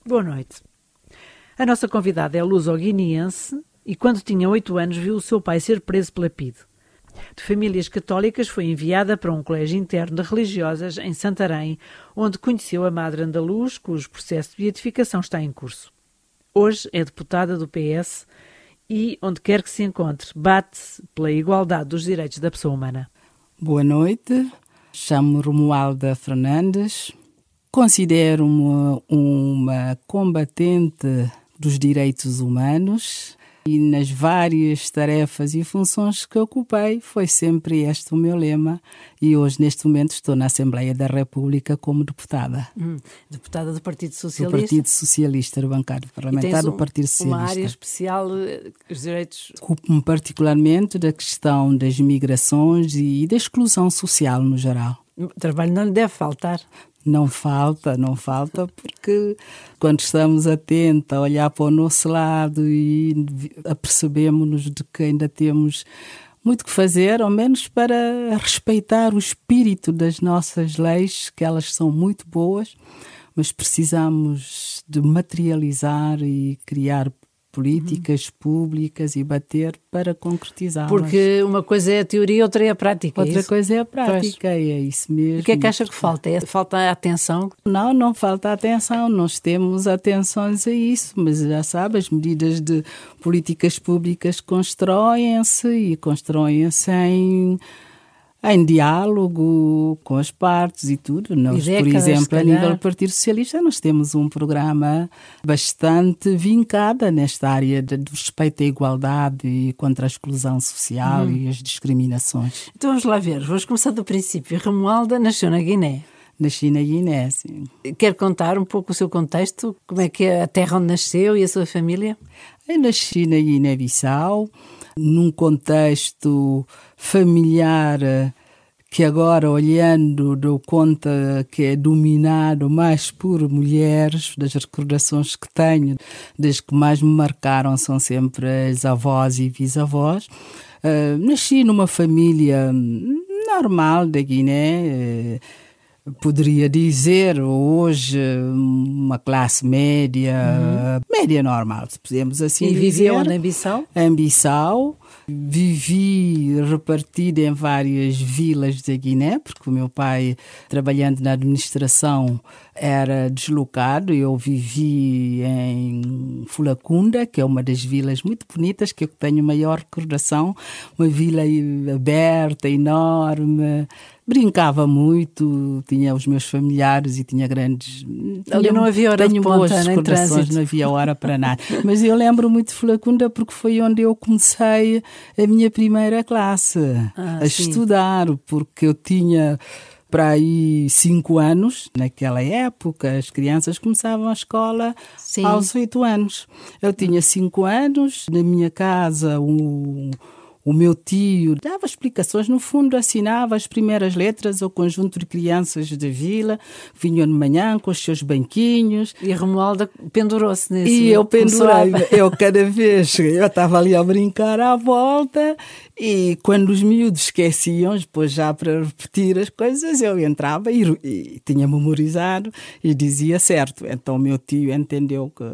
Boa noite. A nossa convidada é luso-guineense e quando tinha 8 anos viu o seu pai ser preso pela PIDE. De famílias católicas foi enviada para um colégio interno de religiosas em Santarém, onde conheceu a Madre Andaluz, cujo processo de beatificação está em curso. Hoje é deputada do PS e, onde quer que se encontre, bate-se pela igualdade dos direitos da pessoa humana. Boa noite, chamo-me Romualda Fernandes, considero-me uma combatente dos direitos humanos e nas várias tarefas e funções que ocupei foi sempre este o meu lema e hoje neste momento estou na Assembleia da República como deputada. Deputada do Partido Socialista? Do Partido Socialista, do bancário parlamentar do Partido Socialista. Uma área especial, os direitos... Ocupo-me particularmente da questão das migrações e da exclusão social no geral. O trabalho não lhe deve faltar. Não falta, porque quando estamos atentos a olhar para o nosso lado e apercebemos-nos de que ainda temos muito que fazer, ao menos para respeitar o espírito das nossas leis, que elas são muito boas, mas precisamos de materializar e criar políticas públicas e bater para concretizá-las. Porque uma coisa é a teoria, outra é a prática. Outra coisa é a prática, e é isso mesmo. O que é que acha que falta? Falta a atenção? Não falta atenção, nós temos atenções a isso, mas já sabe, as medidas de políticas públicas constroem-se em diálogo com as partes e tudo. Nós, por exemplo, a nível do Partido Socialista, nós temos um programa bastante vincado nesta área do respeito à igualdade e contra a exclusão social e as discriminações. Então vamos lá ver, vamos começar do princípio. Romualda nasceu na Guiné. Nasci na Guiné, sim. Quer contar um pouco o seu contexto? Como é que é a terra onde nasceu e a sua família? Eu nasci na Guiné-Bissau, num contexto familiar que agora, olhando, dou conta que é dominado mais por mulheres. Das recordações que tenho, das que mais me marcaram, são sempre as avós e bisavós. Nasci numa família normal da Guiné, poderia dizer hoje uma classe média, média normal, se podemos assim dizer. E vivia onde, em Bissau? Em Bissau. Vivi repartida em várias vilas da Guiné, porque o meu pai, trabalhando na administração, era deslocado. Eu vivi em Fulacunda, que é uma das vilas muito bonitas, que eu tenho maior recordação. Uma vila aberta, enorme. Brincava muito, tinha os meus familiares e tinha grandes... Ali não havia hora de ponta, nem trânsito. Não havia hora para nada. Mas eu lembro muito de Fulacunda porque foi onde eu comecei a minha primeira classe a estudar, porque eu tinha para aí 5 anos. Naquela época as crianças começavam a escola aos 8 anos. Eu tinha 5 anos, na minha casa o meu tio dava explicações, no fundo assinava as primeiras letras ao conjunto de crianças da vila, vinham de manhã com os seus banquinhos. E a Romualda pendurou-se nisso. E eu pendurei-me, cada vez, eu estava ali a brincar à volta e quando os miúdos esqueciam, depois já para repetir as coisas, eu entrava e tinha memorizado e dizia certo. Então o meu tio entendeu que...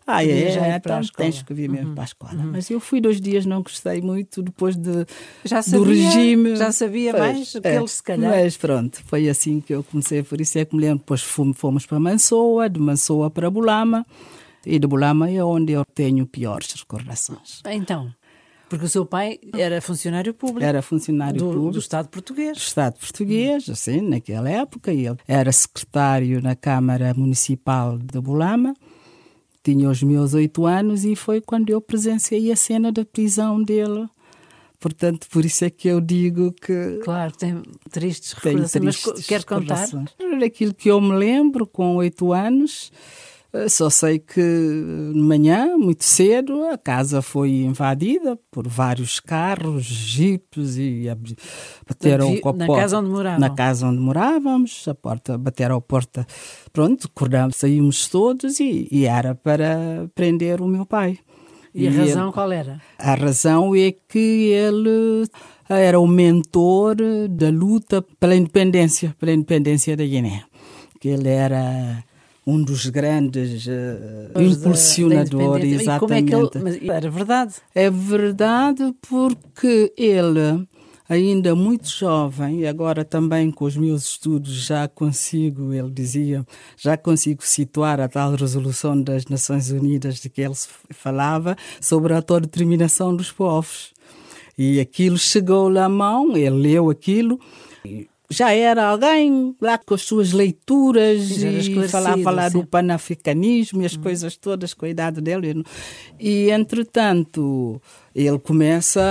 então tens que vir mesmo para a escola. Mas eu fui 2 dias, não gostei muito, depois do regime. Já sabia mais do que eles, se calhar. Mas pronto, foi assim que eu comecei, por isso é que me lembro. Depois fomos para Mansoa, de Mansoa para Bulama, e de Bulama é onde eu tenho piores recordações. Então... Porque o seu pai era funcionário público. Era funcionário público. Do Estado português. Do Estado português, assim, naquela época. E ele era secretário na Câmara Municipal de Bulama. Tinha os meus 8 anos e foi quando eu presenciei a cena da prisão dele. Portanto, por isso é que eu digo que... Claro, tem tristes recordações, mas quer contar? Daquilo que eu me lembro com 8 anos... Só sei que de manhã, muito cedo, a casa foi invadida por vários carros, jipes e bateram com a porta. Na casa onde moravam? Na casa onde morávamos, bateram a porta. Pronto, acordamos, saímos todos e era para prender o meu pai. E a razão qual era? A razão é que ele era o mentor da luta pela independência da Guiné. Que ele era... um dos grandes Da impulsionadores, independência. E como é que exatamente. mas era verdade? É verdade, porque ele, ainda muito jovem, e agora também com os meus estudos já consigo, ele dizia, já consigo situar a tal resolução das Nações Unidas de que ele falava sobre a autodeterminação dos povos. E aquilo chegou-lhe à mão, ele leu aquilo, já era alguém lá com as suas leituras e falava lá do panafricanismo e as coisas todas com a idade dele. E, entretanto, ele começa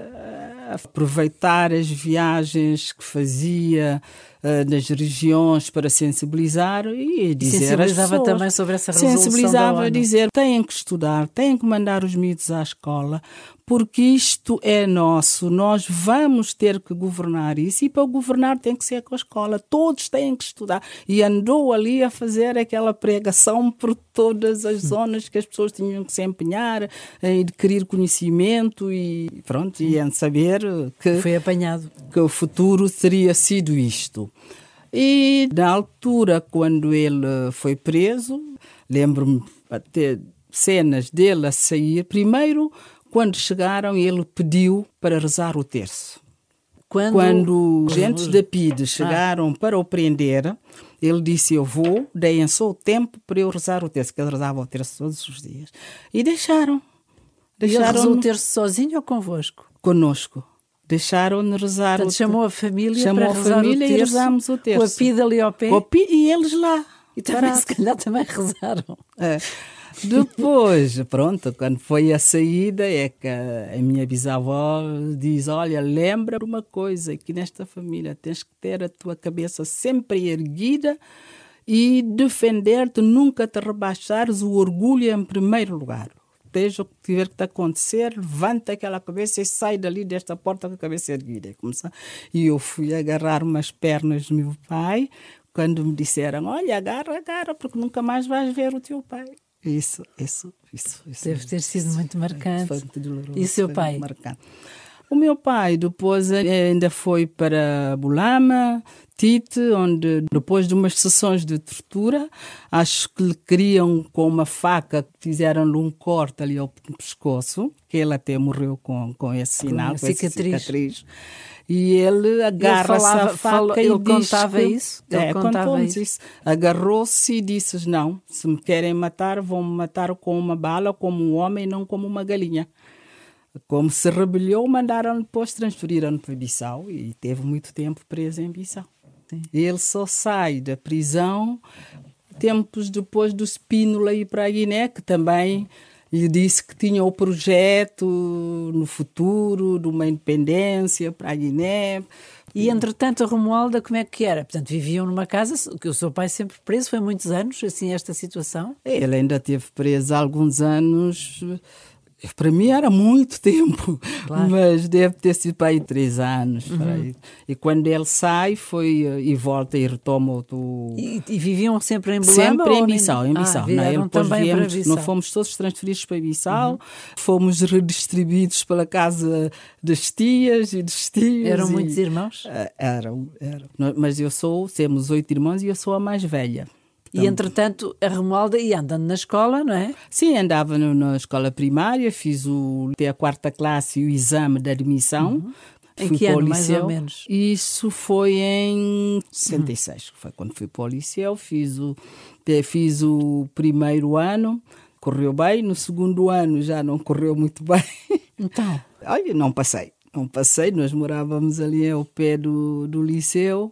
a aproveitar as viagens que fazia nas regiões para sensibilizar e dizer às pessoas. Também sobre essa resolução sensibilizava da ONU. A dizer, têm que estudar, têm que mandar os miúdos à escola, porque isto é nosso, nós vamos ter que governar isso, e para governar tem que ser com a escola, todos têm que estudar. E andou ali a fazer aquela pregação por todas as zonas que as pessoas tinham que se empenhar em adquirir conhecimento e pronto, e em saber que foi apanhado, que o futuro teria sido isto. E na altura, quando ele foi preso, lembro-me até cenas dele a sair. Primeiro, quando chegaram, ele pediu para rezar o terço. Quando os agentes da PIDE chegaram para o prender, ele disse, eu vou, deem só o tempo para eu rezar o terço, que ele rezava o terço todos os dias. E deixaram. E ele rezou o terço sozinho ou convosco? Conosco. Deixaram-me rezar. Portanto, chamou a família para rezar o terço, e rezámos o terço. Com a PIDE ali ao pé. E eles lá. E também, se calhar, também rezaram. É. Depois, pronto, quando foi a saída, é que a minha bisavó diz, olha, lembra uma coisa, que nesta família tens que ter a tua cabeça sempre erguida e defender-te, nunca te rebaixares, o orgulho em primeiro lugar. Seja o que tiver que te acontecer, levanta aquela cabeça e sai dali desta porta com a cabeça erguida. E eu fui agarrar umas pernas do meu pai, quando me disseram, olha, agarra, porque nunca mais vais ver o teu pai. Isso. Deve ter sido muito marcante. Foi muito doloroso. E seu pai? O meu pai depois ainda foi para Bulama, Tite, onde depois de umas sessões de tortura, acho que lhe queriam com uma faca, fizeram-lhe um corte ali ao pescoço, que ele até morreu com esse sinal, com essa cicatriz. E ele agarra-se à faca ele contava isso? Ele contou-nos isso. Agarrou-se e disse, não, se me querem matar, vão-me matar com uma bala, como um homem, não como uma galinha. Como se rebelou, mandaram depois, transferiram-no para Bissau e teve muito tempo preso em Bissau. Sim. Ele só sai da prisão tempos depois do Spínola ir para a Guiné, que também lhe disse que tinha o projeto no futuro de uma independência para a Guiné. E, entretanto, a Romualda, como é que era? Portanto, viviam numa casa, que o seu pai sempre preso, foi muitos anos, assim, esta situação? Ele ainda esteve preso há alguns anos. Para mim era muito tempo, claro. Mas deve ter sido para aí 3 anos. Para aí. E quando ele sai, foi e volta e retoma o... E viviam sempre em Bulama? Sempre em Bissau, em Bissau. Vieram também para Bissau. Não fomos todos transferidos para Bissau, fomos redistribuídos pela casa das tias e dos tios. Eram muitos irmãos? Eram. Mas temos 8 irmãos e eu sou a mais velha. E, entretanto, a Romualda ia andando na escola, não é? Sim, andava na escola primária, fiz até a 4ª classe e o exame de admissão. Em que ano, mais ou menos? Isso foi em 66, foi quando fui para o liceu. Fiz o primeiro ano, correu bem. No segundo ano já não correu muito bem. Então? Olha, não passei. Nós morávamos ali ao pé do liceu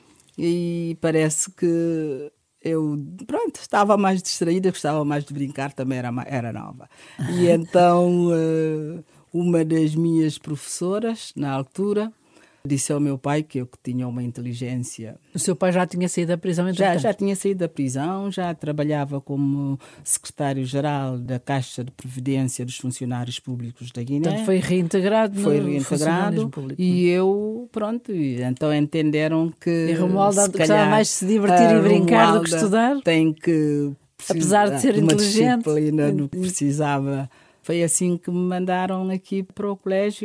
e parece que... Eu, estava mais distraída, gostava mais de brincar, também era nova. E então, uma das minhas professoras, na altura, disse ao meu pai que eu que tinha uma inteligência... O seu pai já tinha saído da prisão? Já tinha saído da prisão, já trabalhava como secretário-geral da Caixa de Previdência dos Funcionários Públicos da Guiné. Portanto, foi reintegrado no funcionalismo público. E eu, então entenderam que... E Romualda gostava mais de se divertir e brincar do que estudar? Tem que... Apesar de ser inteligente. Uma disciplina do que precisava. Foi assim que me mandaram aqui para o colégio.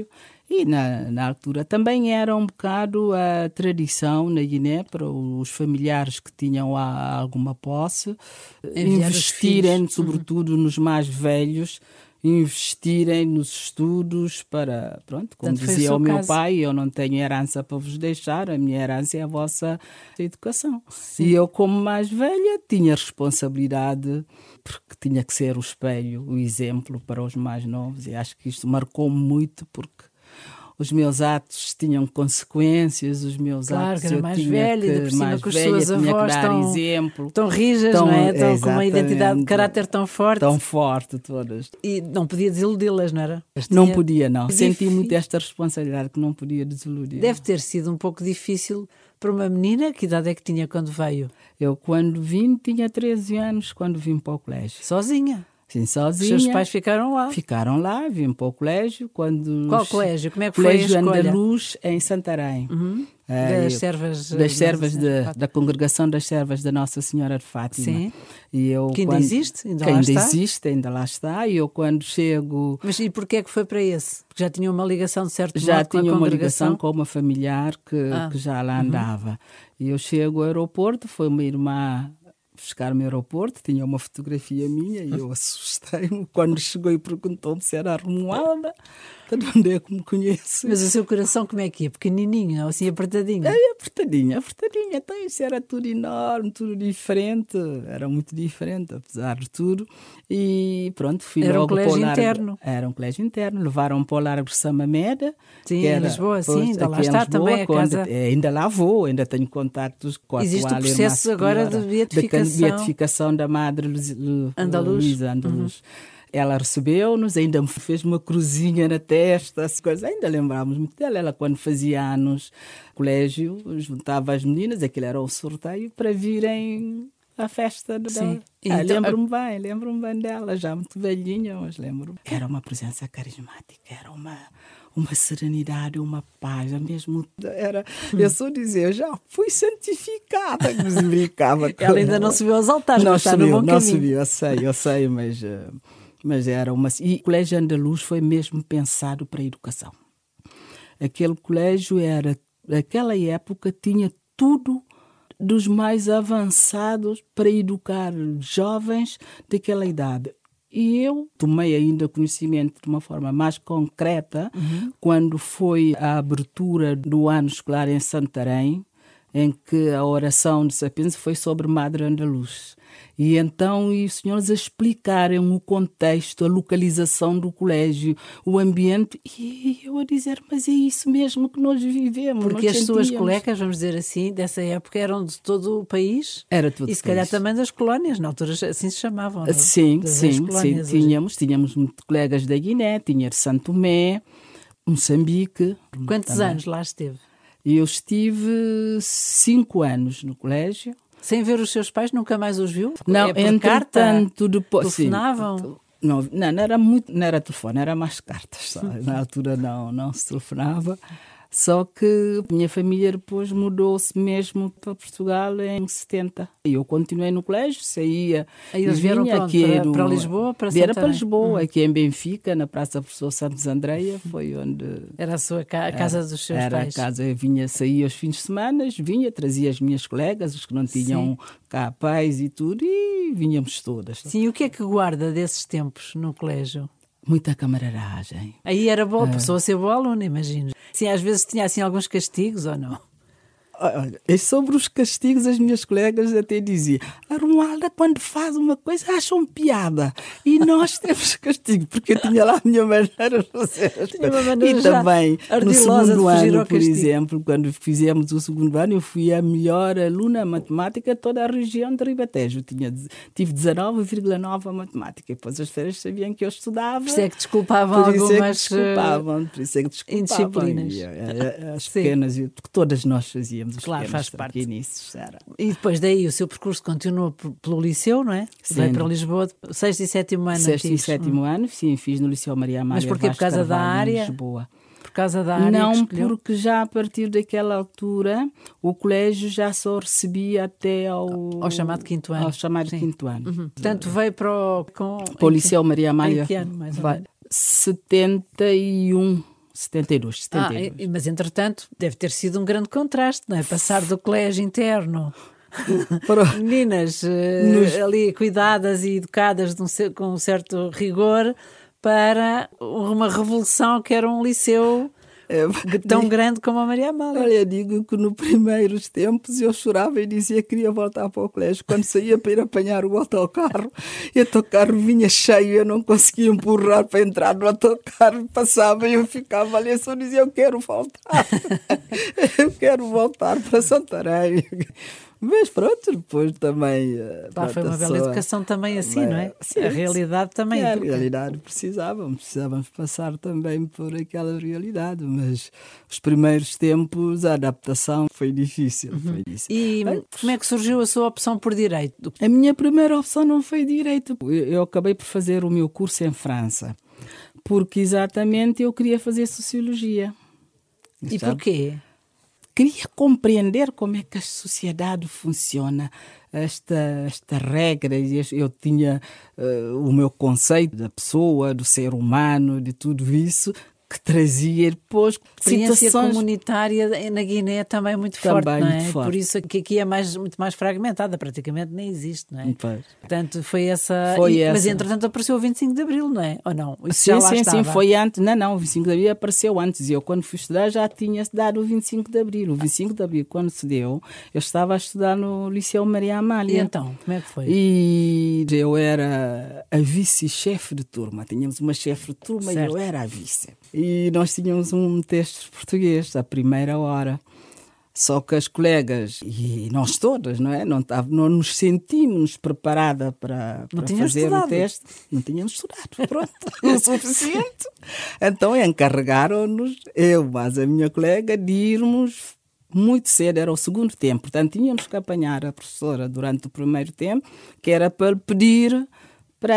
E na altura também era um bocado a tradição na Guiné para os familiares que tinham alguma posse investirem, sobretudo nos mais velhos, investirem nos estudos para, pronto, como Portanto, dizia o meu caso. pai, eu não tenho herança para vos deixar, a minha herança é a vossa educação. Sim. E eu, como mais velha, tinha responsabilidade, porque tinha que ser o espelho, o exemplo para os mais novos, e acho que isto marcou-me muito, porque os meus atos tinham consequências, os meus atos era eu mais tinha velha, que, ainda por cima mais que os velha, seus tinha que avós dar exemplo. Tão rijas, não é? Tão com uma identidade de caráter tão forte. Tão forte, todas. E não podia desiludi-las, não era? Não podia, não. Senti muito esta responsabilidade que não podia desiludir. Deve ter sido um pouco difícil para uma menina. Que idade é que tinha quando veio? Eu, quando vim, tinha 13 anos, quando vim para o colégio. Sozinha? Sim, sozinha. Os seus pais ficaram lá? Ficaram lá, vim para o colégio. Qual colégio? Como é que colégio foi a escolha? Andaluz, em Santarém. Das servas... Das servas da Congregação das Servas da Nossa Senhora de Fátima. Sim. E eu, que ainda existe? Ainda existe, ainda lá está. E eu, quando chego... Mas e porquê é que foi para esse? Porque já tinha uma ligação de certo modo já com a tinha uma congregação? ligação com uma familiar que já lá andava. E eu chego ao aeroporto, foi uma irmã buscar-me ao aeroporto, tinha uma fotografia minha e eu assustei-me quando chegou e perguntou-me se era a Romualda. De onde é que me conhece? Mas o seu coração como é que é? Pequenininho, assim apertadinho? É, apertadinho. Então isso era tudo enorme, tudo diferente. Era muito diferente, apesar de tudo. E pronto, fui era logo um colégio para o Largo. Interno. Era um colégio interno. Levaram para o Largo Samameda. Sim, que era, em Lisboa, sim, ainda lá está Lisboa, também a casa. Ainda lá vou, ainda tenho contactos com a existe atual o processo agora de beatificação da Madre Luísa Andaluz. Ela recebeu-nos, ainda me fez uma cruzinha na testa, as coisas. Ainda lembrávamos muito dela. Ela, quando fazia anos no colégio, juntava as meninas, aquilo era um sorteio, para virem à festa dela. Lembro-me bem dela, já muito velhinha, mas lembro-me. Era uma presença carismática, era uma serenidade, uma paz, mesmo era, eu sou dizer, eu já fui santificada, que me brincava. Ela ainda não subiu aos altares, mas está no bom caminho. Não subiu, eu sei, mas era uma... E o Colégio Andaluz foi mesmo pensado para a educação. Aquele colégio naquela época, tinha tudo dos mais avançados para educar jovens daquela idade. E eu tomei ainda conhecimento de uma forma mais concreta quando foi a abertura do ano escolar em Santarém, em que a oração de Sapiência foi sobre Madre Andaluz. E então os senhores a explicarem o contexto, a localização do colégio, o ambiente, e eu a dizer, mas é isso mesmo que nós vivemos. Porque as suas colegas, vamos dizer assim, dessa época eram de todo o país? Era todo o país. E se calhar também das colónias, na altura assim se chamavam, não? Sim, tínhamos colegas da Guiné, tinha de Santo Tomé, Moçambique. Quantos anos lá esteve? Eu estive 5 anos no colégio. Sem ver os seus pais, nunca mais os viu? Não, entretanto, depois... Telefonavam? Não era telefone, era mais cartas. Só. Na altura não se telefonava. Só que a minha família depois mudou-se mesmo para Portugal em 70. E eu continuei no colégio, saía... Aí eles vieram para Lisboa, para Santarém? Era para Lisboa, aqui em Benfica, na Praça Professor Santos Andreia, foi onde... Era a sua casa dos seus pais? Era a casa, eu saía aos fins de semana, trazia as minhas colegas, os que não tinham cá pais e tudo, e vinhamos todas. Sim, e o que é que guarda desses tempos no colégio? Muita camaradagem. Aí era boa, passou a ser boa aluna, imagino. Sim, às vezes tinha assim alguns castigos ou não? Olha, sobre os castigos, as minhas colegas até diziam: a Romualda, quando faz uma coisa, acham piada. E nós temos castigo, porque eu tinha lá a minha maneira de fazer as coisas. E também, no segundo ano, por exemplo, quando fizemos o segundo ano, eu fui a melhor aluna matemática de toda a região de Ribatejo. Tive 19,9 a matemática. E depois as feiras sabiam que eu estudava. Por isso é que desculpavam algumas indisciplinas. As pequenas, que todas nós fazíamos. Claro, faz parte. Era. E depois daí o seu percurso continuou pelo liceu, não é? Sim. Veio para Lisboa, 6º e 7º ano. 6º e 7º ano, sim, fiz no Liceu Maria Amália. Mas porquê? Por causa da área? Lisboa. Por causa da área? Não, porque já a partir daquela altura o colégio já só recebia até ao chamado 5º ano. Ao chamado 5º ano. Portanto, veio para o Liceu Maria Amália. Em que ano, mais ou menos? 71. 72. Mas entretanto deve ter sido um grande contraste, não é? Passar do colégio interno, meninas ali cuidadas e educadas com um certo rigor, para uma revolução que era um liceu tão grande como a Maria Amália. Olha, digo que nos primeiros tempos eu chorava e dizia que queria voltar para o colégio. Quando saía para ir apanhar o autocarro, e o autocarro vinha cheio, eu não conseguia empurrar para entrar no autocarro, passava e eu ficava ali, só dizia, eu quero voltar. Eu quero voltar para Santarém. Mas pronto, depois também... Foi uma bela educação também assim, não é? Sim, a realidade também. A realidade precisávamos passar também por aquela realidade, mas os primeiros tempos a adaptação foi difícil. E como é que surgiu a sua opção por Direito? A minha primeira opção não foi Direito. Eu acabei por fazer o meu curso em França, porque exatamente eu queria fazer Sociologia. E porquê? Queria compreender como é que a sociedade funciona, esta regra. Eu tinha o meu conceito da pessoa, do ser humano, de tudo isso, que trazia depois experiência comunitária na Guiné também muito forte, não é? Muito forte. Por isso que aqui é muito mais fragmentada, praticamente nem existe, não é? Pois. Portanto, foi essa... essa. Mas entretanto apareceu o 25 de Abril, não é? Ou não? Isso sim, já lá sim, estava. sim, foi antes. Não, o 25 de Abril apareceu antes. E eu, quando fui estudar, já tinha dado o 25 de Abril. O 25 de Abril, quando se deu, eu estava a estudar no Liceu Maria Amália. E então, como é que foi? E eu era a vice-chefe de turma. Tínhamos uma chefe de turma, certo. E eu era a vice. E nós tínhamos um texto português, à primeira hora. Só que as colegas, e nós todas, não é? Não nos sentimos preparadas para fazer o texto. Não tínhamos estudado, pronto, o suficiente. Então encarregaram-nos, eu, mas a minha colega, de irmos muito cedo, era o segundo tempo. Portanto, tínhamos que apanhar a professora durante o primeiro tempo, que era para pedir para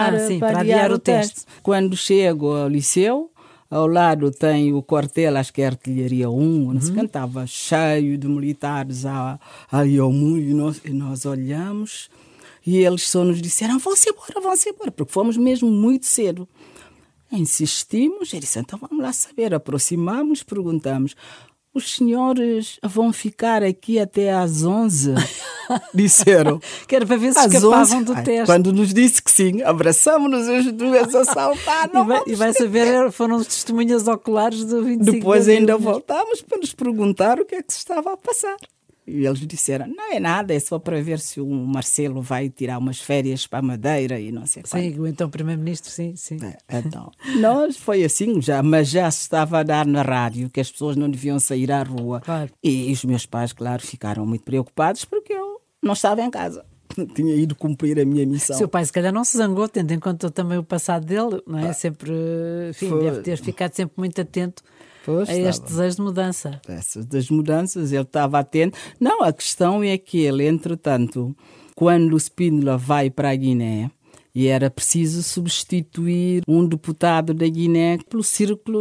adiar o texto. Quando chego ao liceu, ao lado tem o quartel, acho que é Artilharia 1, não sei quem, estava cheio de militares ali ao muro, e nós olhamos e eles só nos disseram, vão-se embora, porque fomos mesmo muito cedo. Insistimos, ele disse, então vamos lá saber, aproximamos, perguntamos, os senhores vão ficar aqui até às 11? Disseram. Que era para ver se escapavam do teste. Quando nos disse que sim, abraçamos-nos as duas a saltar. E vai saber, foram as testemunhas oculares do 25 Depois de abril, ainda voltámos para nos perguntar o que é que se estava a passar. E eles disseram, não é nada, é só para ver se o Marcelo vai tirar umas férias para a Madeira e não sei quando. Sim, então o primeiro-ministro, sim. Então, nós foi assim, mas já se estava a dar na rádio que as pessoas não deviam sair à rua. Claro. E os meus pais, claro, ficaram muito preocupados porque eu não estava em casa. Tinha ido cumprir a minha missão. Seu pai se calhar não se zangou, tendo em conta também o passado dele, não é? Sempre, enfim, deve ter ficado sempre muito atento a este desejo de mudança. Essas das mudanças, ele estava atento. Não, a questão é que ele, entretanto, quando o Spínola vai para a Guiné, e era preciso substituir um deputado da Guiné pelo círculo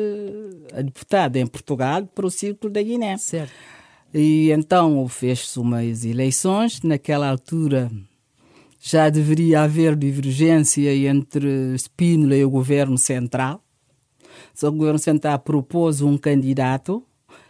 a deputado em Portugal para o círculo da Guiné. Certo. E então fez-se umas eleições. Naquela altura já deveria haver divergência entre Spínola e o governo central. Só que o governo central propôs um candidato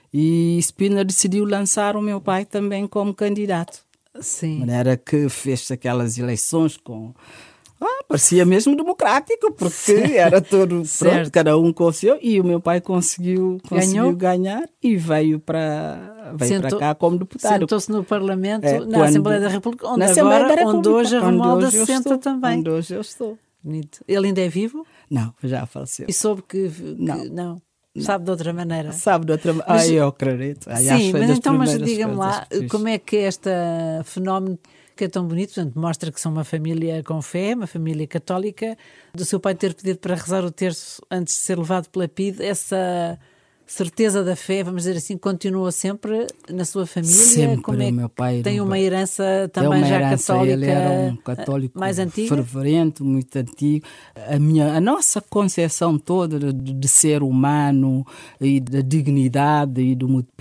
e Spínola decidiu lançar o meu pai também como candidato. Sim. De maneira que fez aquelas eleições com... parecia mesmo democrático, porque era todo pronto, cada um com o seu, e o meu pai conseguiu ganhar e veio para cá como deputado. Sentou-se no Parlamento, na Assembleia da República, onde hoje a Romualda se senta também. Onde hoje eu estou. Bonito. Ele ainda é vivo? Não, já faleceu. E soube que não. Sabe de outra maneira. Sabe de outra maneira. Eu acredito. Sim, mas diga-me lá, como é que este fenómeno que é tão bonito, portanto, mostra que são uma família com fé, uma família católica, do seu pai ter pedido para rezar o terço antes de ser levado pela PIDE, essa certeza da fé, vamos dizer assim, continua sempre na sua família? Sempre. Como é meu pai tem uma herança também católica? Ele era um católico mais antigo, fervente, muito antigo. A nossa concepção toda de ser humano e da dignidade e do pronto,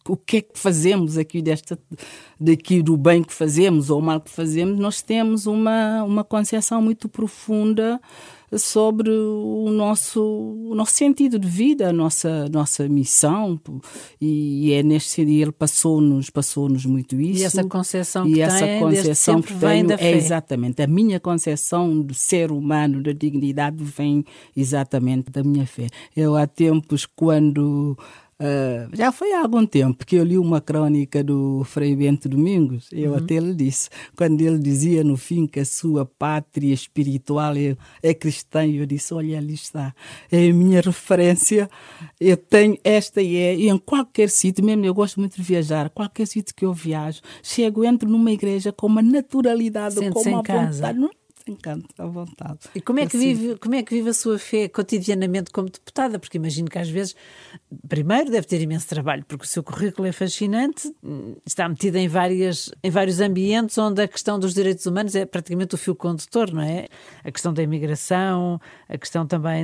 o que é que fazemos aqui daqui do bem que fazemos ou o mal que fazemos, nós temos uma concepção muito profunda sobre o nosso sentido de vida, a nossa missão, e é neste sentido, ele passou-nos muito isso. E essa concepção que vem da fé. É exatamente, a minha concepção de ser humano, da dignidade, vem exatamente da minha fé. Eu há tempos, quando... já foi há algum tempo que eu li uma crônica do Frei Bento Domingos. Eu até lhe disse, quando ele dizia no fim que a sua pátria espiritual é cristã, eu disse, olha, ali está, é a minha referência, eu tenho esta e em qualquer sítio, mesmo eu gosto muito de viajar, qualquer sítio que eu viajo, entro numa igreja com uma naturalidade, com uma vontade, encanto, à vontade. E como é que vive a sua fé cotidianamente como deputada? Porque imagino que às vezes, primeiro deve ter imenso trabalho, porque o seu currículo é fascinante, está metido em vários ambientes onde a questão dos direitos humanos é praticamente o fio condutor, não é? A questão da imigração, a questão também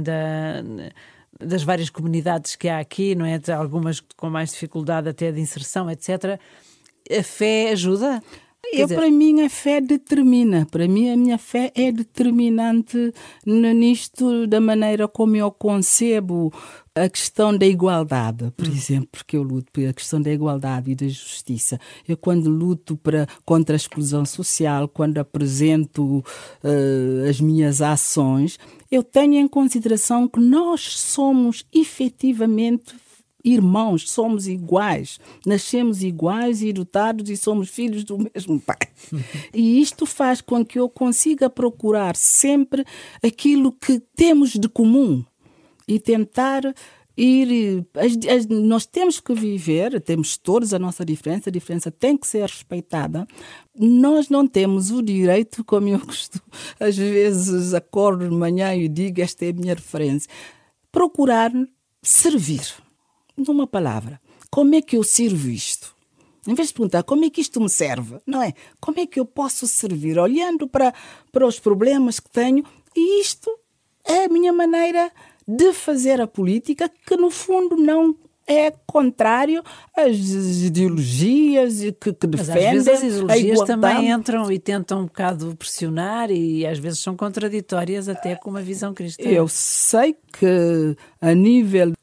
das várias comunidades que há aqui, não é? De algumas com mais dificuldade até de inserção, etc. A fé ajuda? Para mim, a fé determina. Para mim, a minha fé é determinante nisto, da maneira como eu concebo a questão da igualdade, por exemplo, porque eu luto pela questão da igualdade e da justiça. Eu, quando luto contra a exclusão social, quando apresento as minhas ações, eu tenho em consideração que nós somos efetivamente irmãos, somos iguais, nascemos iguais e dotados e somos filhos do mesmo pai. E isto faz com que eu consiga procurar sempre aquilo que temos de comum e tentar ir... Nós temos que viver, temos todos a nossa diferença, a diferença tem que ser respeitada. Nós não temos o direito, como eu costumo, às vezes acordo de manhã e digo, esta é a minha referência, procurar servir. Numa palavra, como é que eu sirvo isto? Em vez de perguntar como é que isto me serve, não é? Como é que eu posso servir? Olhando para os problemas que tenho, e isto é a minha maneira de fazer a política, que no fundo não é contrário às ideologias que defendem. Mas às vezes as ideologias também entram e tentam um bocado pressionar e às vezes são contraditórias até com uma visão cristã. Eu sei que a nível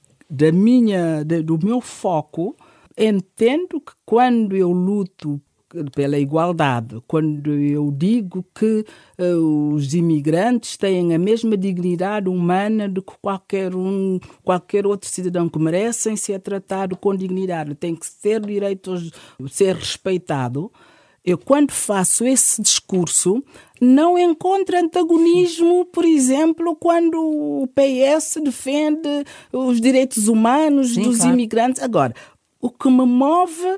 do meu foco, entendo que quando eu luto pela igualdade, quando eu digo que os imigrantes têm a mesma dignidade humana do que qualquer outro cidadão, que merecem ser tratado com dignidade, tem que ter direito a ser respeitado, eu, quando faço esse discurso, não encontro antagonismo, por exemplo, quando o PS defende os direitos humanos dos imigrantes. Agora, o que me move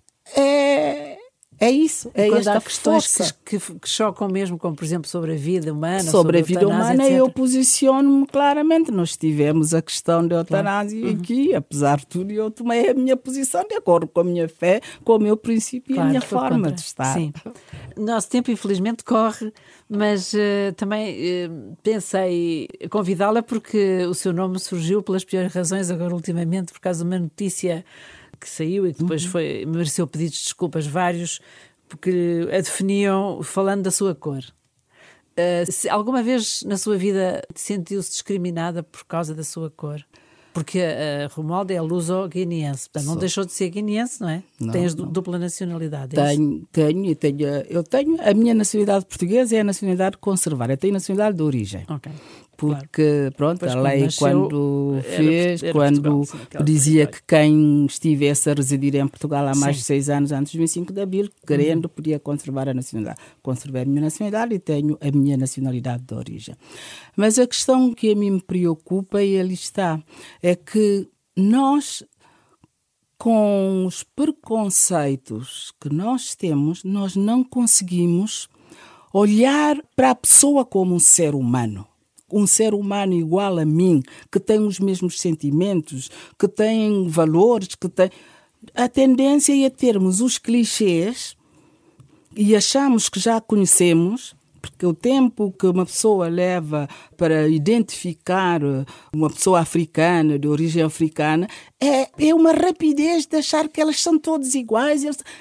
é isso, é quando esta há questões força que chocam mesmo, como por exemplo sobre a vida humana, sobre a vida humana, etc. Eu posiciono-me claramente. Nós tivemos a questão da eutanásia aqui, apesar de tudo, eu tomei a minha posição de acordo com a minha fé, com o meu princípio e a minha forma de estar. Sim. Nosso tempo infelizmente corre, mas também pensei convidá-la porque o seu nome surgiu pelas piores razões agora ultimamente, por causa de uma notícia que saiu e que depois mereceu pedidos de desculpas vários, porque a definiam falando da sua cor. Se alguma vez na sua vida sentiu-se discriminada por causa da sua cor? Porque a Romualda é luso-guineense, portanto não deixou de ser guineense, não é? Tens dupla nacionalidade. Eu tenho a minha nacionalidade portuguesa, é a nacionalidade conservada. Eu tenho nacionalidade de origem. Ok. Porque, pronto, pois a lei quando dizia que quem estivesse a residir em Portugal há mais de 6 anos antes do 25 de abril, querendo, podia conservar a nacionalidade. Conservei a minha nacionalidade e tenho a minha nacionalidade de origem. Mas a questão que a mim me preocupa, e ali está, é que nós, com os preconceitos que nós temos, nós não conseguimos olhar para a pessoa como um ser humano. Um ser humano igual a mim, que tem os mesmos sentimentos, que tem valores, que tem... A tendência é termos os clichês e achamos que já conhecemos, porque o tempo que uma pessoa leva para identificar uma pessoa africana, de origem africana, é uma rapidez de achar que elas são todas iguais.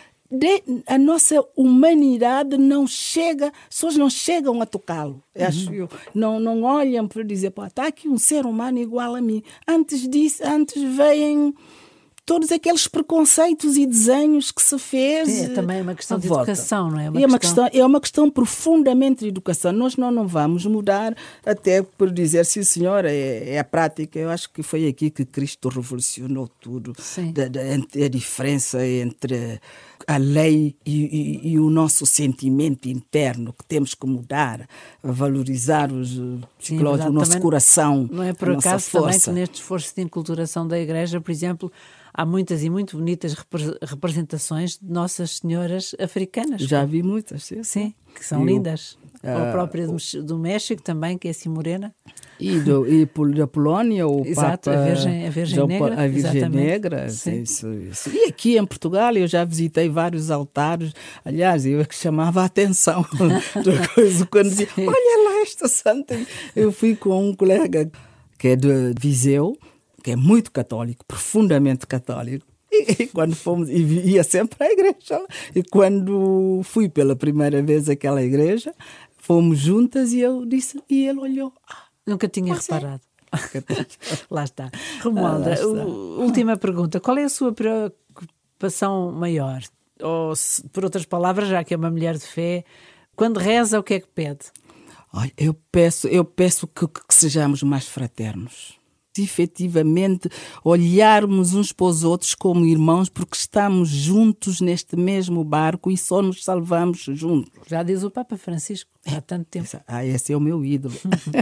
A nossa humanidade não chega, as pessoas não chegam a tocá-lo, acho eu. Não olham para dizer, pô, está aqui um ser humano igual a mim. Antes vêm todos aqueles preconceitos e desenhos que se fez. É também uma questão de educação, não é? É uma questão profundamente de educação. Nós não vamos mudar até por dizer, sim senhor, é a prática. Eu acho que foi aqui que Cristo revolucionou tudo. A diferença entre a lei e o nosso sentimento interno, que temos que mudar, valorizar o nosso também, coração. Não é por acaso também que neste esforço de enculturação da Igreja, por exemplo, há muitas e muito bonitas representações de Nossas Senhoras africanas. Já vi muitas, sim. Que são lindas. Ou a própria do México também, que é assim morena. E da Polónia, o Exato, Papa... a Virgem Negra. A Virgem Negra, isso. E aqui em Portugal eu já visitei vários altares. Aliás, eu é que chamava a atenção da coisa quando dizia, olha lá esta santa. Eu fui com um colega que é de Viseu, que é muito católico, profundamente católico. E quando fomos, ia sempre à igreja. E quando fui pela primeira vez àquela igreja, fomos juntas e eu disse, e ele olhou. Nunca tinha reparado. Lá está. Romualda, última pergunta. Qual é a sua preocupação maior? Ou, por outras palavras, já que é uma mulher de fé, quando reza, o que é que pede? Olha, eu peço que sejamos mais fraternos. Efetivamente olharmos uns para os outros como irmãos, porque estamos juntos neste mesmo barco e só nos salvamos juntos. Já diz o Papa Francisco há tanto tempo. Esse é o meu ídolo.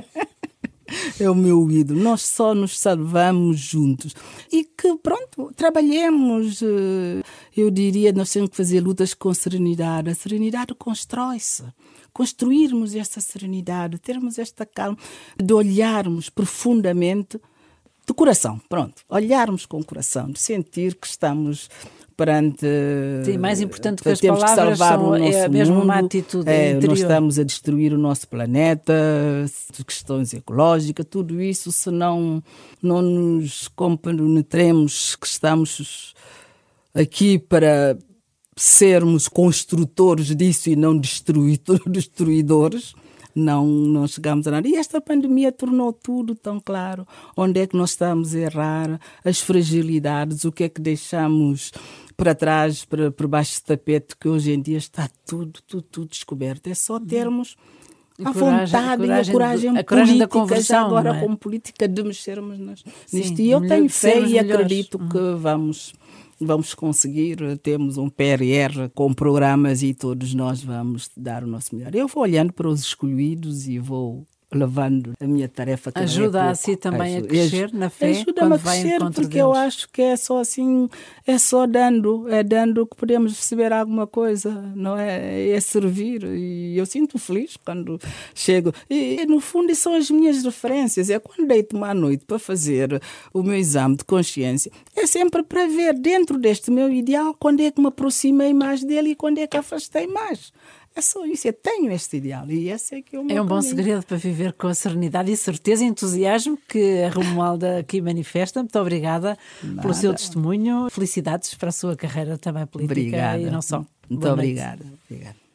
É o meu ídolo. Nós só nos salvamos juntos. E que, pronto, trabalhemos. Eu diria, nós temos que fazer lutas com serenidade. A serenidade constrói-se. Construirmos esta serenidade, termos esta calma, de olharmos profundamente de coração, pronto. Olharmos com o coração, de sentir que estamos perante... Sim, mais importante que as palavras é mesmo uma atitude interior. Nós estamos a destruir o nosso planeta, questões ecológicas, tudo isso, se não nos compenetremos que estamos aqui para sermos construtores disso e não destruidores, não chegamos a nada. E esta pandemia tornou tudo tão claro. Onde é que nós estamos a errar, as fragilidades, o que é que deixamos para trás, por baixo do tapete, que hoje em dia está tudo descoberto. É só termos a vontade e a coragem política, conversão, já agora como política, de mexermos nisto. E eu tenho fé e acredito que vamos conseguir. Temos um PRR com programas e todos nós vamos dar o nosso melhor. Eu vou olhando para os escolhidos e vou levando a minha tarefa. Ajuda a si também a crescer na fé? Ajuda-me a crescer, porque eu acho que é só assim, é só dando que podemos receber alguma coisa, não é? É servir, e eu sinto feliz quando chego. E no fundo são as minhas referências, é quando deito-me à noite para fazer o meu exame de consciência, é sempre para ver dentro deste meu ideal quando é que me aproximei mais dele e quando é que afastei mais. É só isso, eu tenho este ideal e esse é que é o meu caminho. Bom segredo para viver com a serenidade e certeza e entusiasmo que a Romualda aqui manifesta. Muito obrigada pelo seu testemunho. Felicidades para a sua carreira também política. Obrigada. E não só. Muito obrigada.